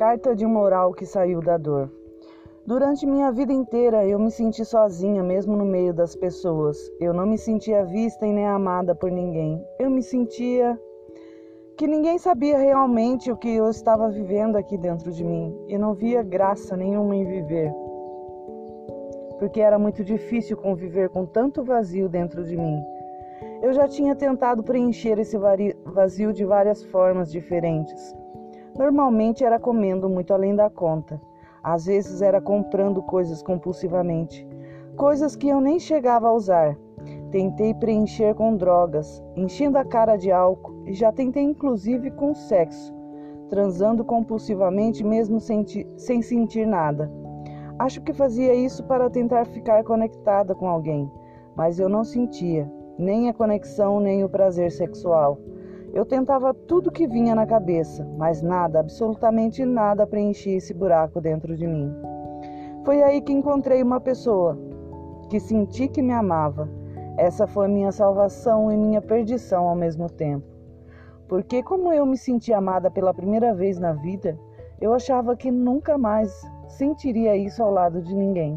Carta de moral que saiu da dor. Durante minha vida inteira eu me senti sozinha, mesmo no meio das pessoas. Eu não me sentia vista e nem amada por ninguém. Eu me sentia que ninguém sabia realmente o que eu estava vivendo aqui dentro de mim. E não via graça nenhuma em viver, porque era muito difícil conviver com tanto vazio dentro de mim. Eu já tinha tentado preencher esse vazio de várias formas diferentes. Normalmente era comendo muito além da conta. Às vezes era comprando coisas compulsivamente, coisas que eu nem chegava a usar. Tentei preencher com drogas, enchendo a cara de álcool, e já tentei inclusive com sexo, transando compulsivamente mesmo sem sentir nada. Acho que fazia isso para tentar ficar conectada com alguém, mas eu não sentia nem a conexão nem o prazer sexual. Eu tentava tudo que vinha na cabeça, mas nada, absolutamente nada preenchia esse buraco dentro de mim. Foi aí que encontrei uma pessoa que senti que me amava. Essa foi minha salvação e minha perdição ao mesmo tempo. Porque como eu me senti amada pela primeira vez na vida, eu achava que nunca mais sentiria isso ao lado de ninguém.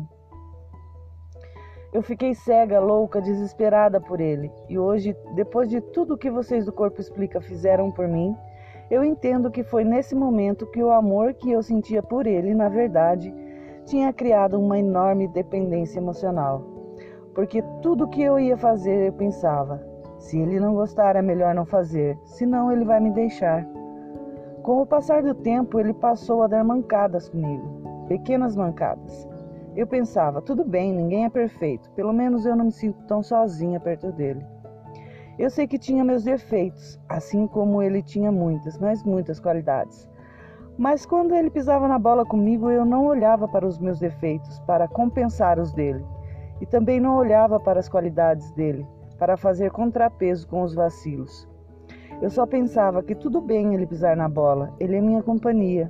Eu fiquei cega, louca, desesperada por ele. E hoje, depois de tudo que vocês do Corpo Explica fizeram por mim, eu entendo que foi nesse momento que o amor que eu sentia por ele, na verdade, tinha criado uma enorme dependência emocional. Porque tudo que eu ia fazer, eu pensava, se ele não gostar, é melhor não fazer, senão ele vai me deixar. Com o passar do tempo, ele passou a dar mancadas comigo, pequenas mancadas. Eu pensava, tudo bem, ninguém é perfeito, pelo menos eu não me sinto tão sozinha perto dele. Eu sei que tinha meus defeitos, assim como ele tinha muitas, mas muitas qualidades. Mas quando ele pisava na bola comigo, eu não olhava para os meus defeitos, para compensar os dele. E também não olhava para as qualidades dele, para fazer contrapeso com os vacilos. Eu só pensava que tudo bem ele pisar na bola, ele é minha companhia.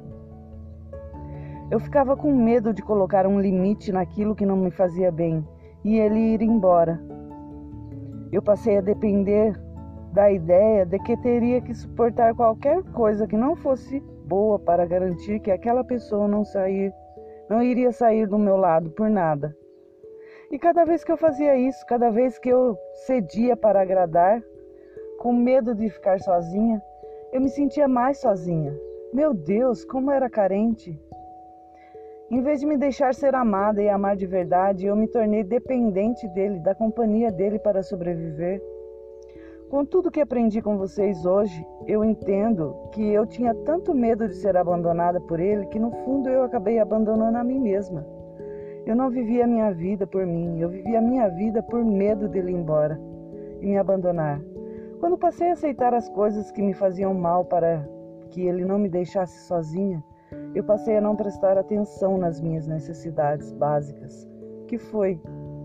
Eu ficava com medo de colocar um limite naquilo que não me fazia bem e ele ir embora. Eu passei a depender da ideia de que teria que suportar qualquer coisa que não fosse boa para garantir que aquela pessoa não iria sair do meu lado por nada. E cada vez que eu fazia isso, cada vez que eu cedia para agradar, com medo de ficar sozinha, eu me sentia mais sozinha. Meu Deus, como era carente! Em vez de me deixar ser amada e amar de verdade, eu me tornei dependente dele, da companhia dele para sobreviver. Com tudo que aprendi com vocês hoje, eu entendo que eu tinha tanto medo de ser abandonada por ele que no fundo eu acabei abandonando a mim mesma. Eu não vivia a minha vida por mim, eu vivia a minha vida por medo dele ir embora e me abandonar. Quando passei a aceitar as coisas que me faziam mal para que ele não me deixasse sozinha, eu passei a não prestar atenção nas minhas necessidades básicas, que foi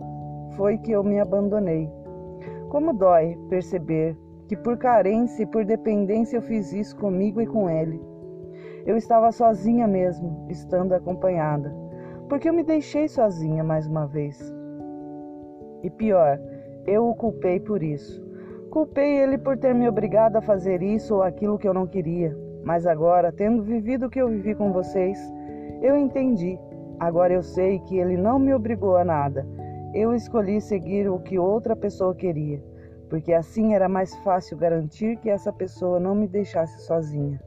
que eu me abandonei. Como dói perceber que por carência e por dependência eu fiz isso comigo e com ele. Eu estava sozinha mesmo, estando acompanhada, porque eu me deixei sozinha mais uma vez. E pior, eu o culpei por isso. Culpei ele por ter me obrigado a fazer isso ou aquilo que eu não queria. Mas agora, tendo vivido o que eu vivi com vocês, eu entendi. Agora eu sei que ele não me obrigou a nada. Eu escolhi seguir o que outra pessoa queria, porque assim era mais fácil garantir que essa pessoa não me deixasse sozinha.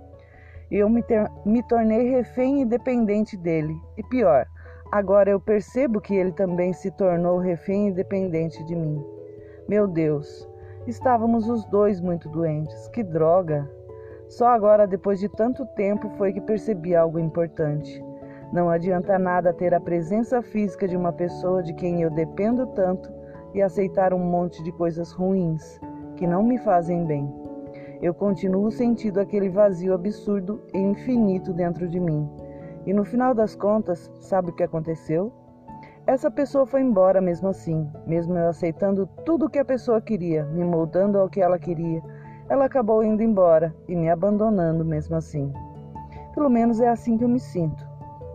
Eu me tornei refém e dependente dele. E pior, agora eu percebo que ele também se tornou refém e dependente de mim. Meu Deus, estávamos os dois muito doentes. Que droga! Só agora, depois de tanto tempo, foi que percebi algo importante. Não adianta nada ter a presença física de uma pessoa de quem eu dependo tanto e aceitar um monte de coisas ruins que não me fazem bem. Eu continuo sentindo aquele vazio absurdo e infinito dentro de mim. E no final das contas, sabe o que aconteceu? Essa pessoa foi embora mesmo assim, mesmo eu aceitando tudo o que a pessoa queria, me moldando ao que ela queria. Ela acabou indo embora e me abandonando mesmo assim. Pelo menos é assim que eu me sinto.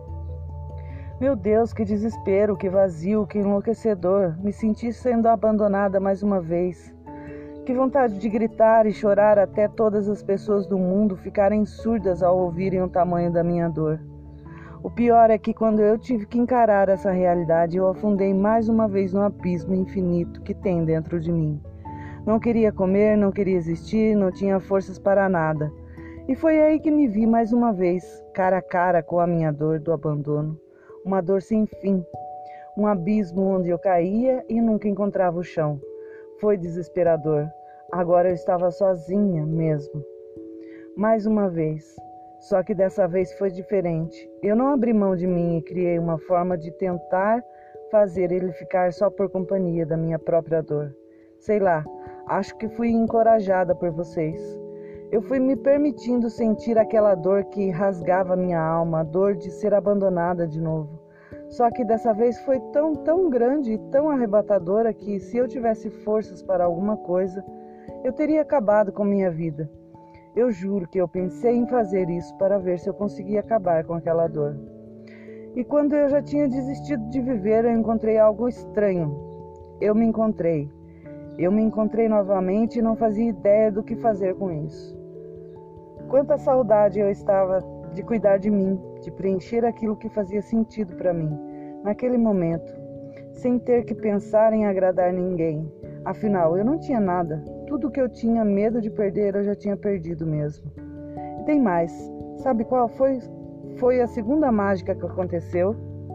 Meu Deus, que desespero, que vazio, que enlouquecedor. Me senti sendo abandonada mais uma vez. Que vontade de gritar e chorar até todas as pessoas do mundo ficarem surdas ao ouvirem o tamanho da minha dor. O pior é que quando eu tive que encarar essa realidade, eu afundei mais uma vez no abismo infinito que tem dentro de mim. Não queria comer, não queria existir, não tinha forças para nada. E foi aí que me vi mais uma vez, cara a cara com a minha dor do abandono. Uma dor sem fim. Um abismo onde eu caía e nunca encontrava o chão. Foi desesperador. Agora eu estava sozinha mesmo. Mais uma vez. Só que dessa vez foi diferente. Eu não abri mão de mim e criei uma forma de tentar fazer ele ficar só por companhia da minha própria dor. Sei lá, acho que fui encorajada por vocês. Eu fui me permitindo sentir aquela dor que rasgava minha alma, a dor de ser abandonada de novo. Só que dessa vez foi tão grande e tão arrebatadora que se eu tivesse forças para alguma coisa, eu teria acabado com minha vida. Eu juro que eu pensei em fazer isso para ver se eu conseguia acabar com aquela dor. E quando eu já tinha desistido de viver, eu encontrei algo estranho. Eu me encontrei novamente e não fazia ideia do que fazer com isso. Quanta saudade eu estava de cuidar de mim, de preencher aquilo que fazia sentido para mim, naquele momento, sem ter que pensar em agradar ninguém. Afinal, eu não tinha nada. Tudo que eu tinha medo de perder, eu já tinha perdido mesmo. E tem mais. Sabe qual foi a segunda mágica que aconteceu?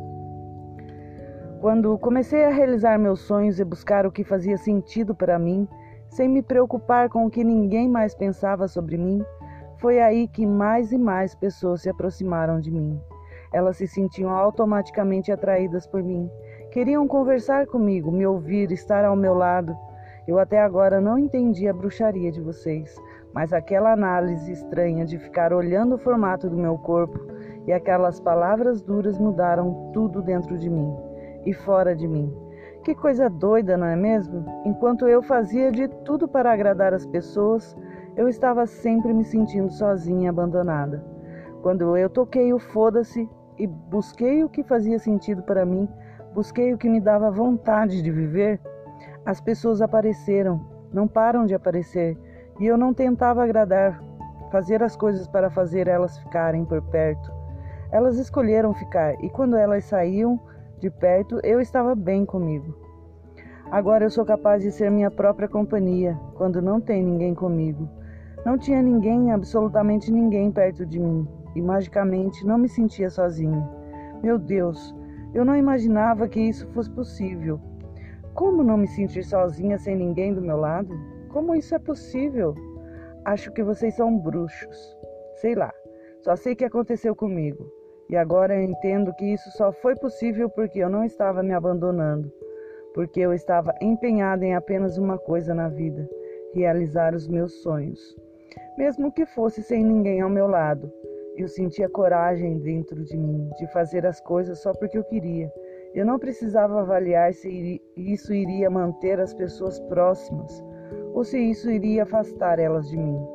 Quando comecei a realizar meus sonhos e buscar o que fazia sentido para mim, sem me preocupar com o que ninguém mais pensava sobre mim, foi aí que mais e mais pessoas se aproximaram de mim. Elas se sentiam automaticamente atraídas por mim. Queriam conversar comigo, me ouvir, estar ao meu lado. Eu até agora não entendi a bruxaria de vocês, mas aquela análise estranha de ficar olhando o formato do meu corpo e aquelas palavras duras mudaram tudo dentro de mim e fora de mim. Que coisa doida, não é mesmo? Enquanto eu fazia de tudo para agradar as pessoas, eu estava sempre me sentindo sozinha e abandonada. Quando eu toquei o foda-se e busquei o que fazia sentido para mim, busquei o que me dava vontade de viver, as pessoas apareceram, não param de aparecer, e eu não tentava agradar, fazer as coisas para fazer elas ficarem por perto. Elas escolheram ficar, e quando elas saíam de perto, eu estava bem comigo. Agora eu sou capaz de ser minha própria companhia, quando não tem ninguém comigo. Não tinha ninguém, absolutamente ninguém perto de mim, e magicamente não me sentia sozinha. Meu Deus, eu não imaginava que isso fosse possível. Como não me sentir sozinha sem ninguém do meu lado? Como isso é possível? Acho que vocês são bruxos. Sei lá, só sei que aconteceu comigo. E agora eu entendo que isso só foi possível porque eu não estava me abandonando. Porque eu estava empenhada em apenas uma coisa na vida: realizar os meus sonhos. Mesmo que fosse sem ninguém ao meu lado, eu sentia coragem dentro de mim de fazer as coisas só porque eu queria. Eu não precisava avaliar se isso iria manter as pessoas próximas ou se isso iria afastar elas de mim.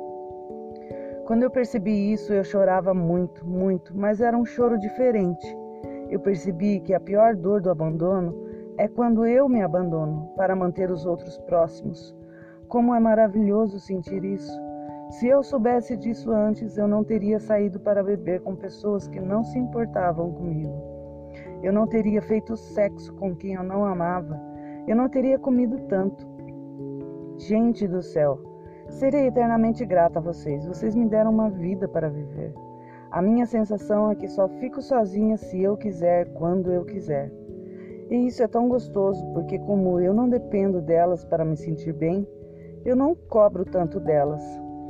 Quando eu percebi isso, eu chorava muito, mas era um choro diferente. Eu percebi que a pior dor do abandono é quando eu me abandono para manter os outros próximos. Como é maravilhoso sentir isso. Se eu soubesse disso antes, eu não teria saído para beber com pessoas que não se importavam comigo. Eu não teria feito sexo com quem eu não amava. Eu não teria comido tanto. Gente do céu, serei eternamente grata a vocês. Vocês me deram uma vida para viver. A minha sensação é que só fico sozinha se eu quiser, quando eu quiser. E isso é tão gostoso, porque como eu não dependo delas para me sentir bem, eu não cobro tanto delas.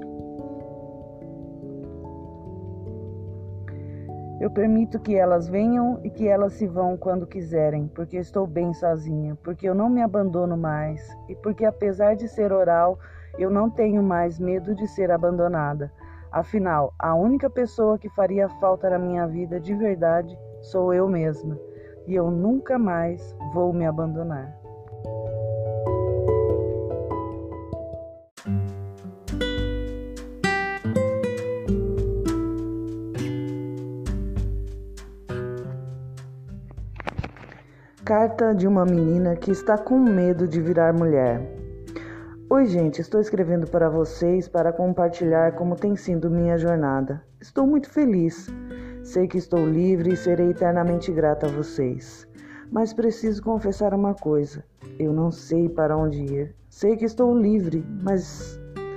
Eu permito que elas venham e que elas se vão quando quiserem, porque eu estou bem sozinha, porque eu não me abandono mais e porque, apesar de ser oral, eu não tenho mais medo de ser abandonada. Afinal, a única pessoa que faria falta na minha vida de verdade sou eu mesma, e eu nunca mais vou me abandonar. Carta de uma menina que está com medo de virar mulher. Oi, gente, estou escrevendo para vocês para compartilhar como tem sido minha jornada. Estou muito feliz. Sei que estou livre e serei eternamente grata a vocês. Mas preciso confessar uma coisa. Eu não sei para onde ir. Sei que estou livre, mas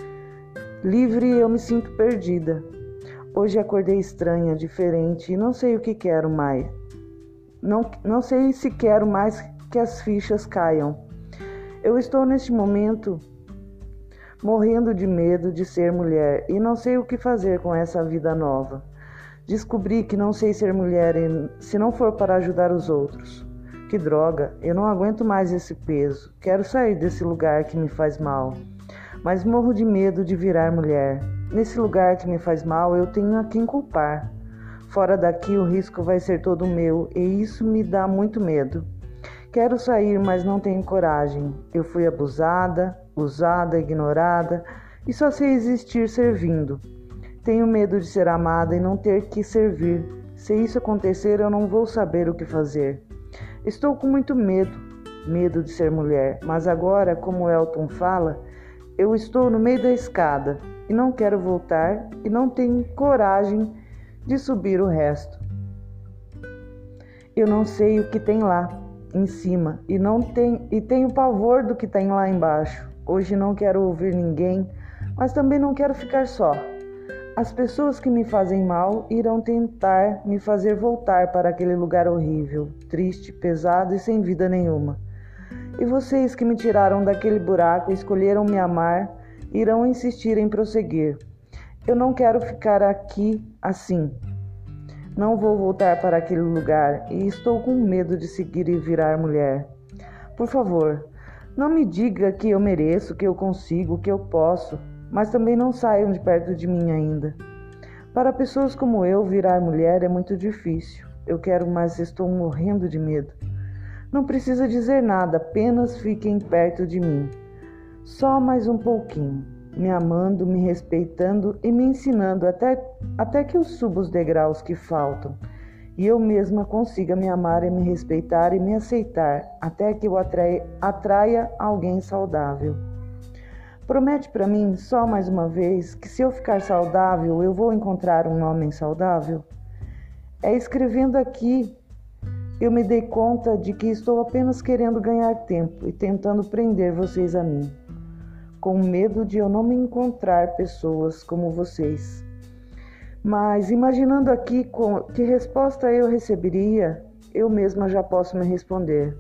livre eu me sinto perdida. Hoje acordei estranha, diferente e não sei o que quero mais. Não sei se quero mais que as fichas caiam. Eu estou neste momento morrendo de medo de ser mulher e não sei o que fazer com essa vida nova. Descobri que não sei ser mulher se não for para ajudar os outros. Que droga, eu não aguento mais esse peso. Quero sair desse lugar que me faz mal, mas morro de medo de virar mulher. Nesse lugar que me faz mal, eu tenho a quem culpar. Fora daqui, o risco vai ser todo meu e isso me dá muito medo. Quero sair, mas não tenho coragem. Eu fui abusada, usada, ignorada e só sei existir servindo. Tenho medo de ser amada e não ter que servir. Se isso acontecer, eu não vou saber o que fazer. Estou com muito medo de ser mulher, mas agora, como Elton fala, eu estou no meio da escada e não quero voltar e não tenho coragem de subir o resto. Eu não sei o que tem lá em cima e tenho pavor do que tem lá embaixo. Hoje não quero ouvir ninguém, mas também não quero ficar só. As pessoas que me fazem mal irão tentar me fazer voltar para aquele lugar horrível, triste, pesado e sem vida nenhuma. E vocês que me tiraram daquele buraco e escolheram me amar, irão insistir em prosseguir. Eu não quero ficar aqui assim. Não vou voltar para aquele lugar e estou com medo de seguir e virar mulher. Por favor, não me diga que eu mereço, que eu consigo, que eu posso, mas também não saiam de perto de mim ainda. Para pessoas como eu, virar mulher é muito difícil. Eu quero, mas estou morrendo de medo. Não precisa dizer nada, apenas fiquem perto de mim. Só mais um pouquinho, me amando, me respeitando e me ensinando até que eu suba os degraus que faltam. E eu mesma consiga me amar e me respeitar e me aceitar, até que eu atraia alguém saudável. Promete para mim, só mais uma vez, que se eu ficar saudável, eu vou encontrar um homem saudável? Escrevendo aqui, eu me dei conta de que estou apenas querendo ganhar tempo e tentando prender vocês a mim, com medo de eu não me encontrar pessoas como vocês. Mas imaginando aqui que resposta eu receberia, eu mesma já posso me responder.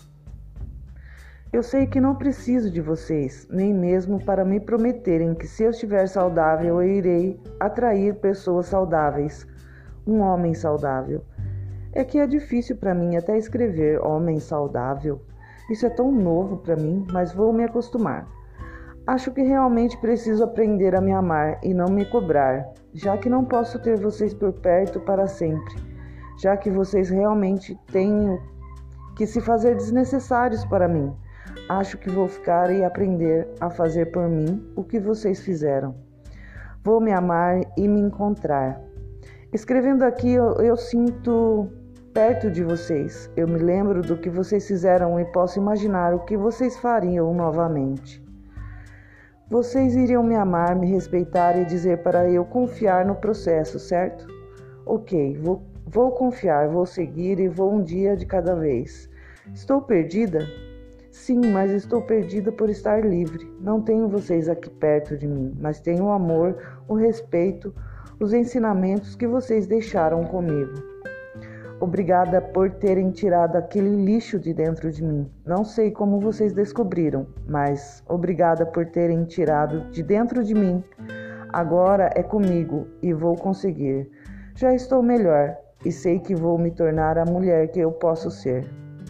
Eu sei que não preciso de vocês, nem mesmo para me prometerem que se eu estiver saudável, eu irei atrair pessoas saudáveis, um homem saudável. É que é difícil para mim até escrever homem saudável. Isso é tão novo para mim, mas vou me acostumar. Acho que realmente preciso aprender a me amar e não me cobrar, já que não posso ter vocês por perto para sempre, já que vocês realmente têm que se fazer desnecessários para mim. Acho que vou ficar e aprender a fazer por mim o que vocês fizeram. Vou me amar e me encontrar. Escrevendo aqui, eu sinto perto de vocês. Eu me lembro do que vocês fizeram e posso imaginar o que vocês fariam novamente. Vocês iriam me amar, me respeitar e dizer para eu confiar no processo, certo? Ok, vou confiar, vou seguir e vou um dia de cada vez. Estou perdida? Sim, mas estou perdida por estar livre. Não tenho vocês aqui perto de mim, mas tenho o amor, o respeito, os ensinamentos que vocês deixaram comigo. Obrigada por terem tirado aquele lixo de dentro de mim. Não sei como vocês descobriram, mas obrigada por terem tirado de dentro de mim. Agora é comigo e vou conseguir. Já estou melhor e sei que vou me tornar a mulher que eu posso ser.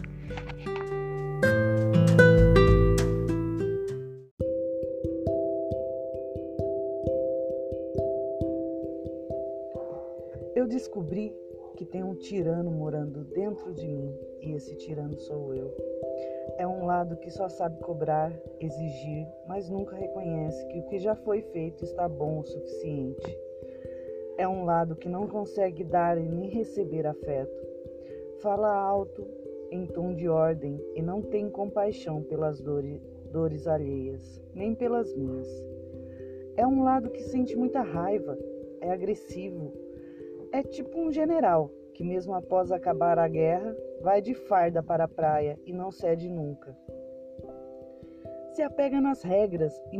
Eu descobri que tem um tirano morando dentro de mim e esse tirano sou eu. É um lado que só sabe cobrar, exigir, mas nunca reconhece que o que já foi feito está bom o suficiente. É um lado que não consegue dar e nem receber afeto. Fala alto, em tom de ordem e não tem compaixão pelas dores dores alheias, nem pelas minhas. É um lado que sente muita raiva, é agressivo. É tipo um general que, mesmo após acabar a guerra, vai de farda para a praia e não cede nunca. Se apega nas regras e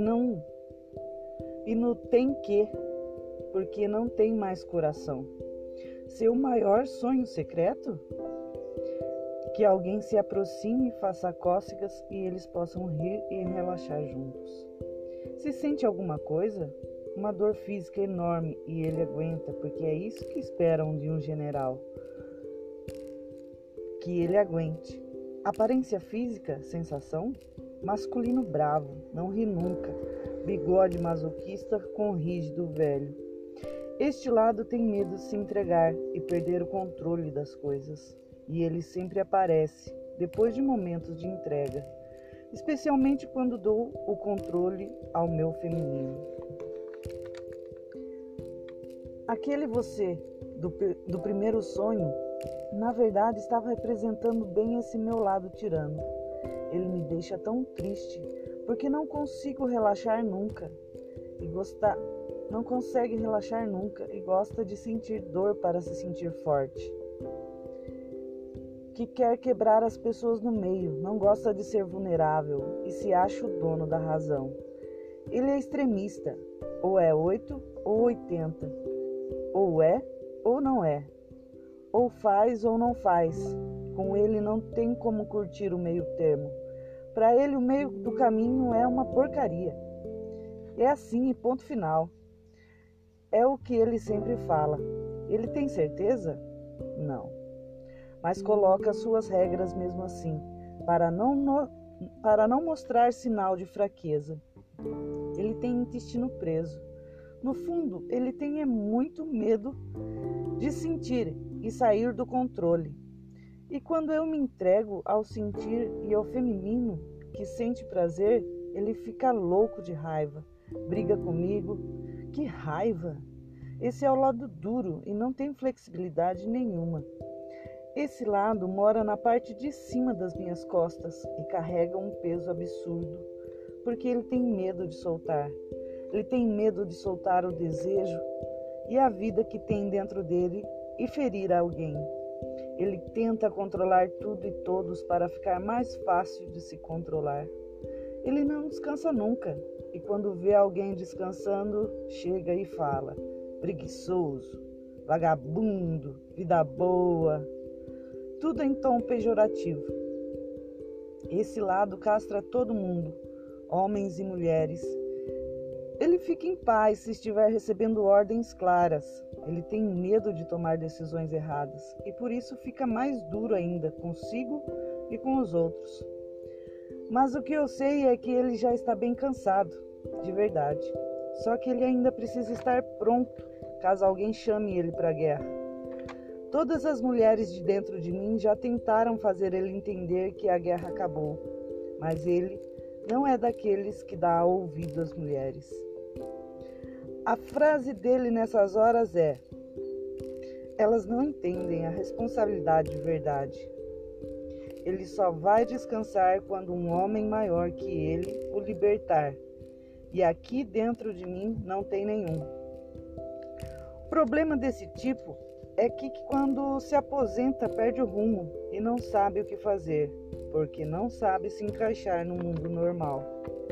no tem que, porque não tem mais coração. Seu maior sonho secreto? Que alguém se aproxime e faça cócegas e eles possam rir e relaxar juntos. Se sente alguma coisa, uma dor física enorme e ele aguenta, porque é isso que esperam de um general. Que ele aguente. Aparência física, sensação? Masculino bravo, não ri nunca. Bigode masoquista com rígido velho. Este lado tem medo de se entregar e perder o controle das coisas. E ele sempre aparece, depois de momentos de entrega. Especialmente quando dou o controle ao meu feminino. Aquele você do primeiro sonho, na verdade, estava representando bem esse meu lado tirano. Ele me deixa tão triste, porque não consigo relaxar nunca não consegue relaxar nunca e gosta de sentir dor para se sentir forte. Que quer quebrar as pessoas no meio, não gosta de ser vulnerável e se acha o dono da razão. Ele é extremista, ou é 8 ou 80, ou é ou não é, ou faz ou não faz. Com ele não tem como curtir o meio termo. Para ele o meio do caminho é uma porcaria. É assim e ponto final. É o que ele sempre fala. Ele tem certeza? Não. Mas coloca suas regras mesmo assim, para não mostrar sinal de fraqueza. Ele tem intestino preso. No fundo, ele tem muito medo de sentir e sair do controle. E quando eu me entrego ao sentir e ao feminino que sente prazer, ele fica louco de raiva, briga comigo. Que raiva! Esse é o lado duro e não tem flexibilidade nenhuma. Esse lado mora na parte de cima das minhas costas e carrega um peso absurdo, porque ele tem medo de soltar. Ele tem medo de soltar o desejo e a vida que tem dentro dele e ferir alguém. Ele tenta controlar tudo e todos para ficar mais fácil de se controlar. Ele não descansa nunca e quando vê alguém descansando, chega e fala: preguiçoso, vagabundo, vida boa. Tudo em tom pejorativo. Esse lado castra todo mundo, homens e mulheres. Ele fica em paz se estiver recebendo ordens claras. Ele tem medo de tomar decisões erradas e por isso fica mais duro ainda consigo e com os outros. Mas o que eu sei é que ele já está bem cansado, de verdade. Só que ele ainda precisa estar pronto caso alguém chame ele para a guerra. Todas as mulheres de dentro de mim já tentaram fazer ele entender que a guerra acabou, mas ele não é daqueles que dá ouvido às mulheres. A frase dele nessas horas é: elas não entendem a responsabilidade de verdade. Ele só vai descansar quando um homem maior que ele o libertar, e aqui dentro de mim não tem nenhum. O problema desse tipo é que quando se aposenta perde o rumo e não sabe o que fazer, porque não sabe se encaixar no mundo normal.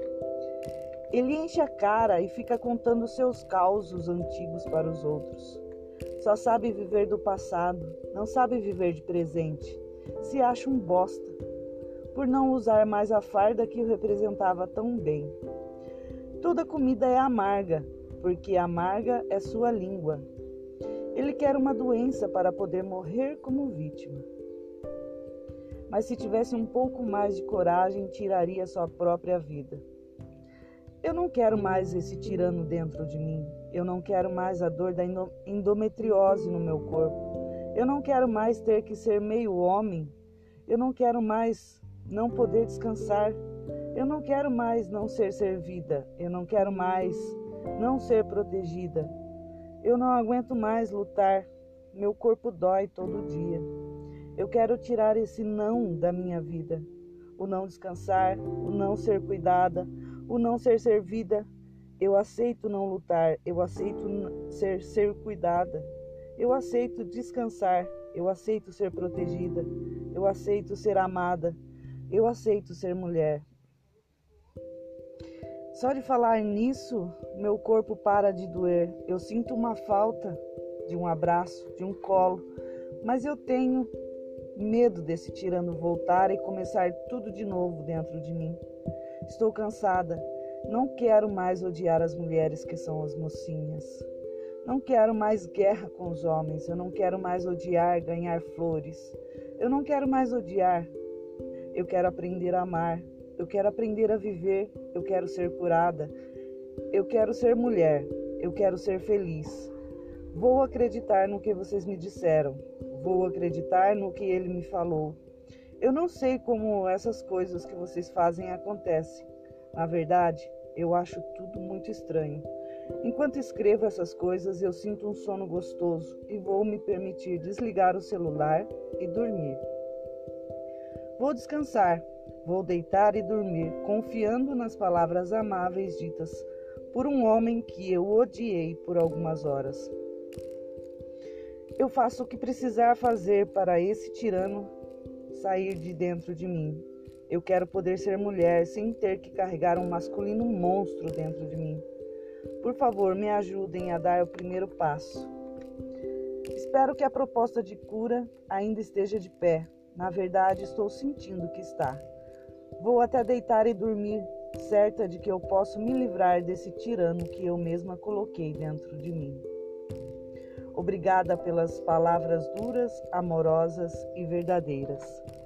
Ele enche a cara e fica contando seus causos antigos para os outros. Só sabe viver do passado, não sabe viver de presente. Se acha um bosta, por não usar mais a farda que o representava tão bem. Toda comida é amarga, porque amarga é sua língua. Ele quer uma doença para poder morrer como vítima. Mas se tivesse um pouco mais de coragem, tiraria sua própria vida. Eu não quero mais esse tirano dentro de mim. Eu não quero mais a dor da endometriose no meu corpo. Eu não quero mais ter que ser meio homem. Eu não quero mais não poder descansar. Eu não quero mais não ser servida. Eu não quero mais não ser protegida. Eu não aguento mais lutar. Meu corpo dói todo dia. Eu quero tirar esse não da minha vida. o não descansar, o não ser cuidada, o não ser servida. Eu aceito não lutar, eu aceito ser cuidada, eu aceito descansar, eu aceito ser protegida, eu aceito ser amada, eu aceito ser mulher. Só de falar nisso, meu corpo para de doer. Eu sinto uma falta de um abraço, de um colo, mas eu tenho medo desse tirano voltar e começar tudo de novo dentro de mim. Estou cansada. Não quero mais odiar as mulheres que são as mocinhas. Não quero mais guerra com os homens. Eu não quero mais odiar, ganhar flores. Eu não quero mais odiar. Eu quero aprender a amar. Eu quero aprender a viver. Eu quero ser curada. Eu quero ser mulher. Eu quero ser feliz. Vou acreditar no que vocês me disseram. Vou acreditar no que ele me falou. Eu não sei como essas coisas que vocês fazem acontecem. Na verdade, eu acho tudo muito estranho. Enquanto escrevo essas coisas, eu sinto um sono gostoso e vou me permitir desligar o celular e dormir. Vou descansar, vou deitar e dormir, confiando nas palavras amáveis ditas por um homem que eu odiei por algumas horas. Eu faço o que precisar fazer para esse tirano sair de dentro de mim. Eu quero poder ser mulher sem ter que carregar um masculino monstro dentro de mim. Por favor, me ajudem a dar o primeiro passo. Espero que a proposta de cura ainda esteja de pé. Na verdade, estou sentindo que está. Vou até deitar e dormir, certa de que eu posso me livrar desse tirano que eu mesma coloquei dentro de mim. Obrigada pelas palavras duras, amorosas e verdadeiras.